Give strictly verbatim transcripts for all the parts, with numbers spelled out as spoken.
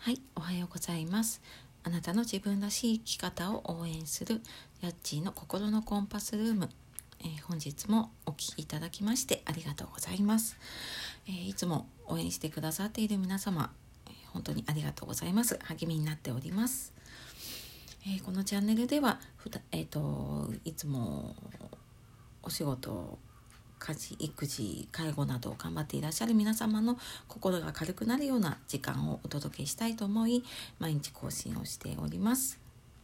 はい、おはようございます。あなたの自分らしい生き方を応援するヤッチーの心のコンパスルーム、えー、本日もお聞きいただきましてありがとうございます。えー、いつも応援してくださっている皆様、えー、本当にありがとうございます。励みになっております。えー、このチャンネルではふた、えーと、いつもお仕事家事、育児、介護などを頑張っていらっしゃる皆様の心が軽くなるような時間をお届けしたいと思い、毎日更新をしております。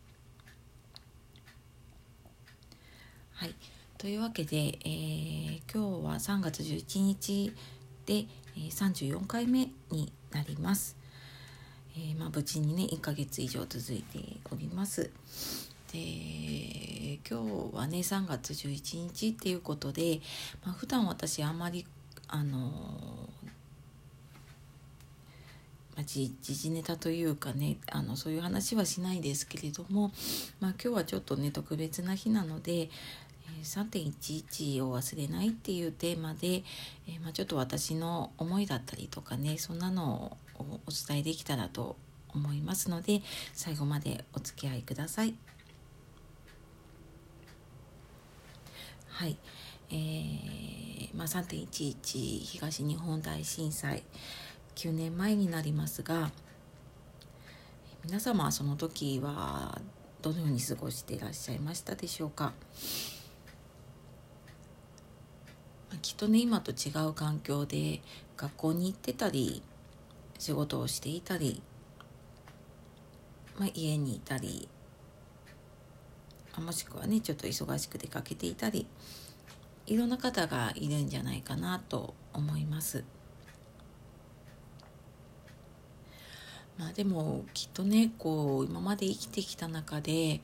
はい、というわけで、えー、今日はさんがつじゅういちにちで、えー、さんじゅうよんかいめになります。えーまあ、無事にねいっかげつ以上続いております。で今日はねさんがつじゅういちにちっていうことで、まあ、普段私あんまりあのまあ、時事ネタというかねあのそういう話はしないですけれども、まあ、今日はちょっとね特別な日なので、えー、さんてんいちいち を忘れないっていうテーマで、えーまあ、ちょっと私の思いだったりとかねそんなのをお伝えできたらと思いますので、最後までお付き合いください。はい、えーまあ、さんてんいちいち 東日本大震災きゅうねんまえになりますが、皆様はその時はどのように過ごしていらっしゃいましたでしょうか。きっとね今と違う環境で学校に行ってたり仕事をしていたり、まあ、家にいたり、もしくはねちょっと忙しく出かけていたり、いろんな方がいるんじゃないかなと思います。まあでもきっとねこう今まで生きてきた中で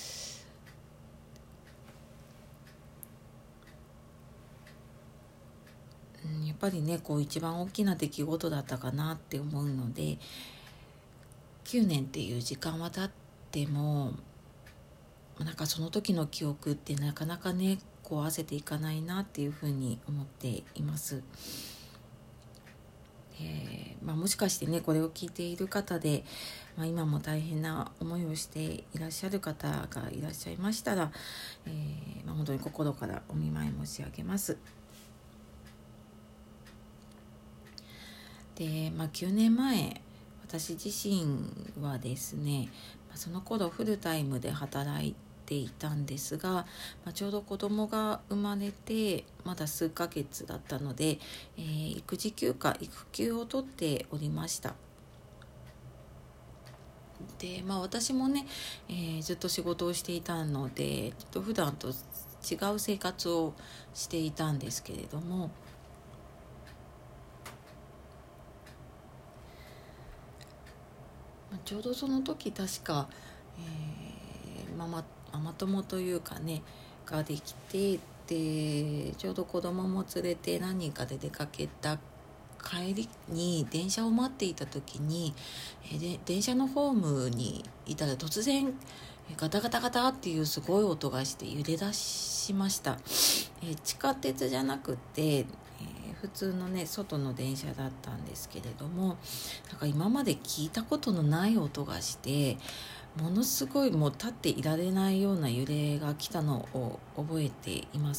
やっぱりねこう一番大きな出来事だったかなって思うので、きゅうねんっていう時間は経ってもなんかその時の記憶ってなかなかねこう合わせていかないなっていうふうに思っています。えーまあ、もしかしてねこれを聞いている方で、まあ、今も大変な思いをしていらっしゃる方がいらっしゃいましたら、えーまあ、本当に心からお見舞い申し上げます。で、まあ、きゅうねんまえ私自身はですねその頃フルタイムで働いていたんですが、まあ、ちょうど子供が生まれてまだ数ヶ月だったので、えー、育児休暇育休を取っておりました。で、まあ、私もね、えー、ずっと仕事をしていたのでちょっと普段と違う生活をしていたんですけれども、ちょうどその時確か、えー、ママママ友というかねができて、でちょうど子供も連れて何人かで出かけた帰りに電車を待っていた時に、えー、で電車のホームにいたら突然ガタガタガタっていうすごい音がして揺れ出しました。えー、地下鉄じゃなくて普通のね外の電車だったんですけれども、なんか今まで聞いたことのない音がしてものすごいもう立っていられないような揺れが来たのを覚えています。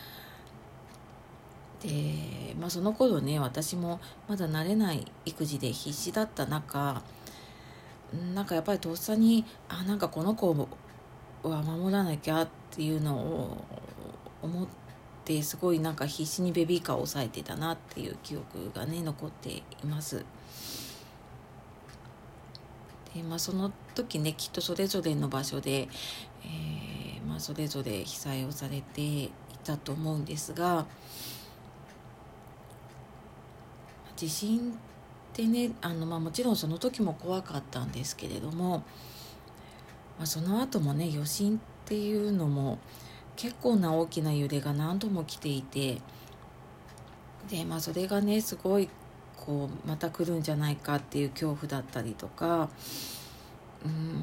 で、まあ、その頃ね私もまだ慣れない育児で必死だった中、なんかやっぱりとっさにあなんかこの子は守らなきゃっていうのを思ってすごいなんか必死にベビーカーを抑えてたなっていう記憶がね残っています。で、まあ、その時ねきっとそれぞれの場所で、えーまあ、それぞれ被災をされていたと思うんですが、地震ってねあの、まあ、もちろんその時も怖かったんですけれども、まあ、その後もね余震っていうのも結構な大きな揺れが何度も来ていて、で、まあ、それがねすごいこうまた来るんじゃないかっていう恐怖だったりとか、うーん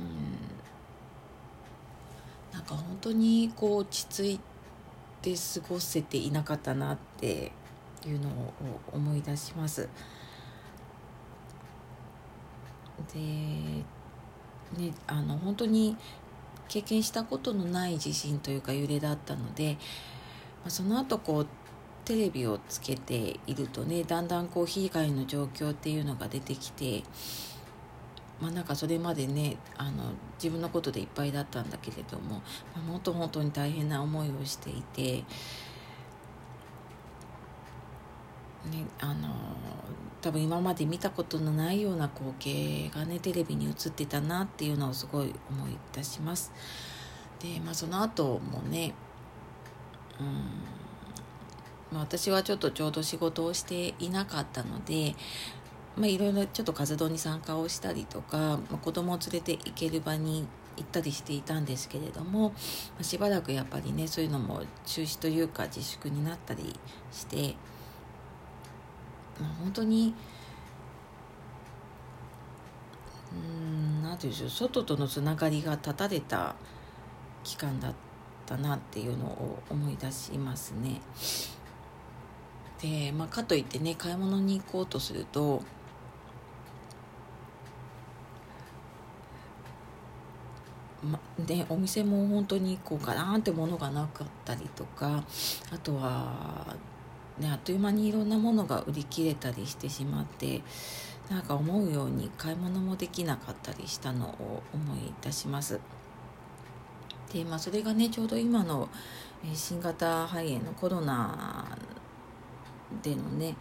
なんか本当にこう落ち着いて過ごせていなかったなっていうのを思い出します。 で、ね、あの本当に経験したことのない地震というか揺れだったので、まあ、その後こうテレビをつけているとね、だんだんこう被害の状況っていうのが出てきて、まあ、なんかそれまでねあの自分のことでいっぱいだったんだけれども、まあ、本当本当に大変な思いをしていて、ね、あの多分今まで見たことのないような光景がねテレビに映ってたなっていうのをすごい思い出します。で、まあ、その後もね、うんまあ、私はちょっとちょうど仕事をしていなかったので、まあ、いろいろちょっと活動に参加をしたりとか、まあ、子供を連れて行ける場に行ったりしていたんですけれども、まあ、しばらくやっぱりねそういうのも中止というか自粛になったりして、まあ、本当にうーんなんていうんでしょう、外とのつながりが断たれた期間だったなっていうのを思い出しますね。で、まあ、かといってね買い物に行こうとすると、まね、お店も本当にこうガラーンってものがなかったりとか、あとは、ね、あっという間にいろんなものが売り切れたりしてしまって、なんか思うように買い物もできなかったりしたのを思い出します。で、まあ、それがねちょうど今の新型肺炎のコロナでのね、え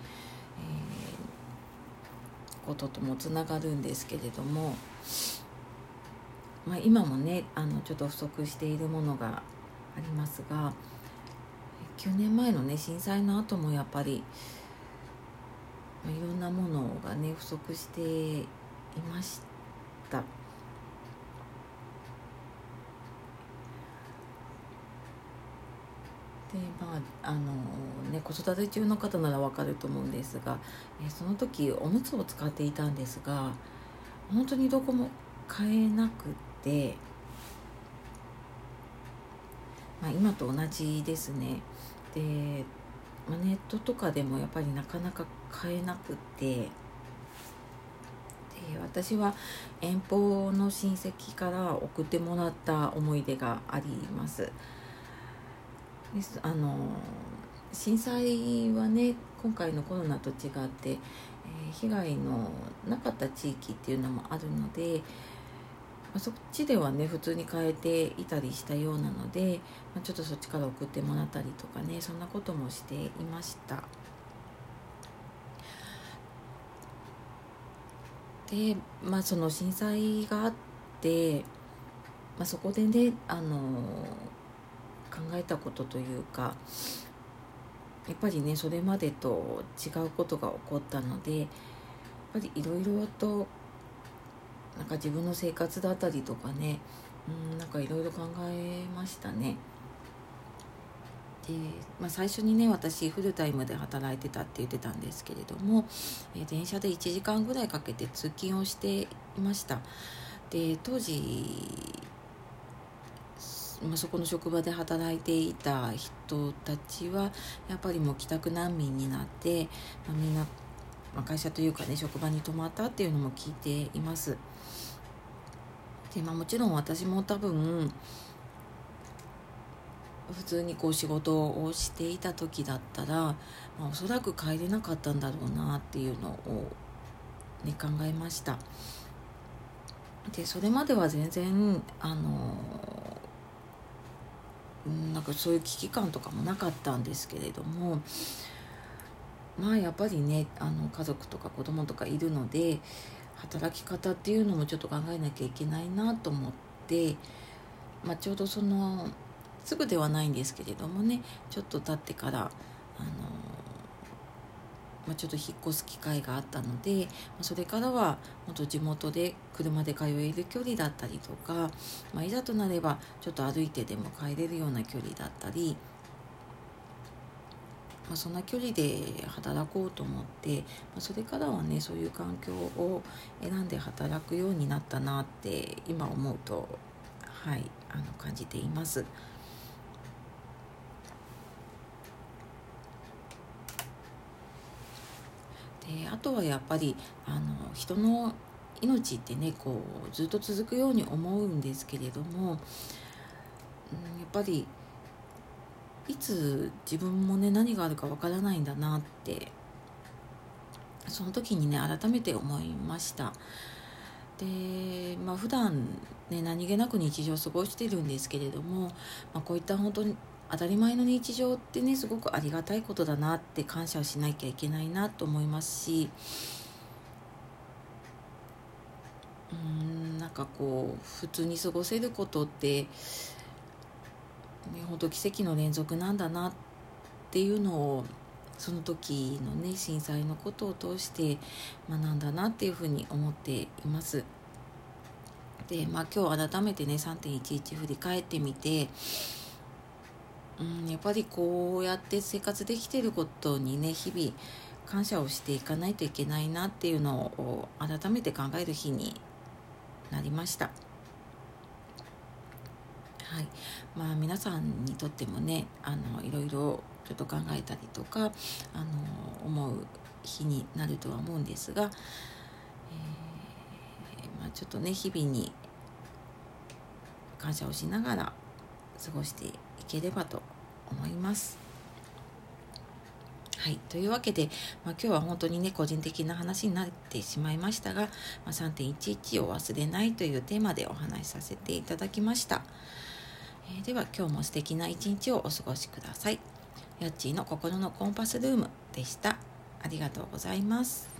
ー、ことともつながるんですけれども、まあ、今もねあのちょっと不足しているものがありますが、きゅうねんまえのね震災の後もやっぱり、まあ、いろんなものがね不足していました。でまああのね、子育て中の方ならわかると思うんですが、えその時おむつを使っていたんですが、本当にどこも買えなくて、まあ、今と同じですね。で、まあ、ネットとかでもやっぱりなかなか買えなくて、で私は遠方の親戚から送ってもらった思い出があります。ですあの震災はね今回のコロナと違って、えー、被害のなかった地域っていうのもあるので、まあ、そっちではね普通に変えていたりしたようなので、まあ、ちょっとそっちから送ってもらったりとかね、そんなこともしていました。で、まあその震災があって、まあ、そこでねあの考えたことというか、やっぱりねそれまでと違うことが起こったので、やっぱりいろいろとなんか自分の生活だったりとかね、うんなんかいろいろ考えましたね。で、まあ、最初にね私フルタイムで働いてたって言ってたんですけれども、えー電車でいちじかんぐらいかけて通勤をしていました。で当時、まあ、そこの職場で働いていた人たちはやっぱりもう帰宅難民になって、まあ、みんな、まあ、会社というかね職場に泊まったっていうのも聞いています。で、まあ、もちろん私も多分普通にこう仕事をしていた時だったら、まあ、おそらく帰れなかったんだろうなっていうのを、ね、考えました。でそれまでは全然あのなんかそういう危機感とかもなかったんですけれども、まあやっぱりねあの家族とか子供とかいるので働き方っていうのもちょっと考えなきゃいけないなと思って、まあ、ちょうどそのすぐではないんですけれどもねちょっと経ってからあの、まあ、ちょっと引っ越す機会があったので、それからは元地元で車で通える距離だったりとか、まあ、いざとなればちょっと歩いてでも帰れるような距離だったり、まあ、そんな距離で働こうと思って、まあ、それからはねそういう環境を選んで働くようになったなって今思うと、はい、あの感じています。であとはやっぱりあの人の命ってねこうずっと続くように思うんですけれども、うん、やっぱりいつ自分もね何があるかわからないんだなってその時にね改めて思いました。で、まあ、普段ね何気なく日常を過ごしているんですけれども、まあ、こういった本当に当たり前の日常ってねすごくありがたいことだなって感謝をしなきゃいけないなと思いますし、うーんなんかこう普通に過ごせることって、ね、本当奇跡の連続なんだなっていうのをその時のね震災のことを通して学んだなっていうふうに思っています。で、まあ、今日改めてね さんてんいちいち 振り返ってみて、うん、やっぱりこうやって生活できていることにね日々感謝をしていかないといけないなっていうのを改めて考える日になりました。はい、まあ皆さんにとってもねあのいろいろちょっと考えたりとかあの思う日になるとは思うんですが、えーまあ、ちょっとね日々に感謝をしながら過ごしていければと思います。はい、というわけで、まあ、今日は本当にね個人的な話になってしまいましたが、まあ、さんてんいちいち を忘れないというテーマでお話しさせていただきました。えー、では今日も素敵な一日をお過ごしください。やっちーの心のコンパスルームでした。ありがとうございます。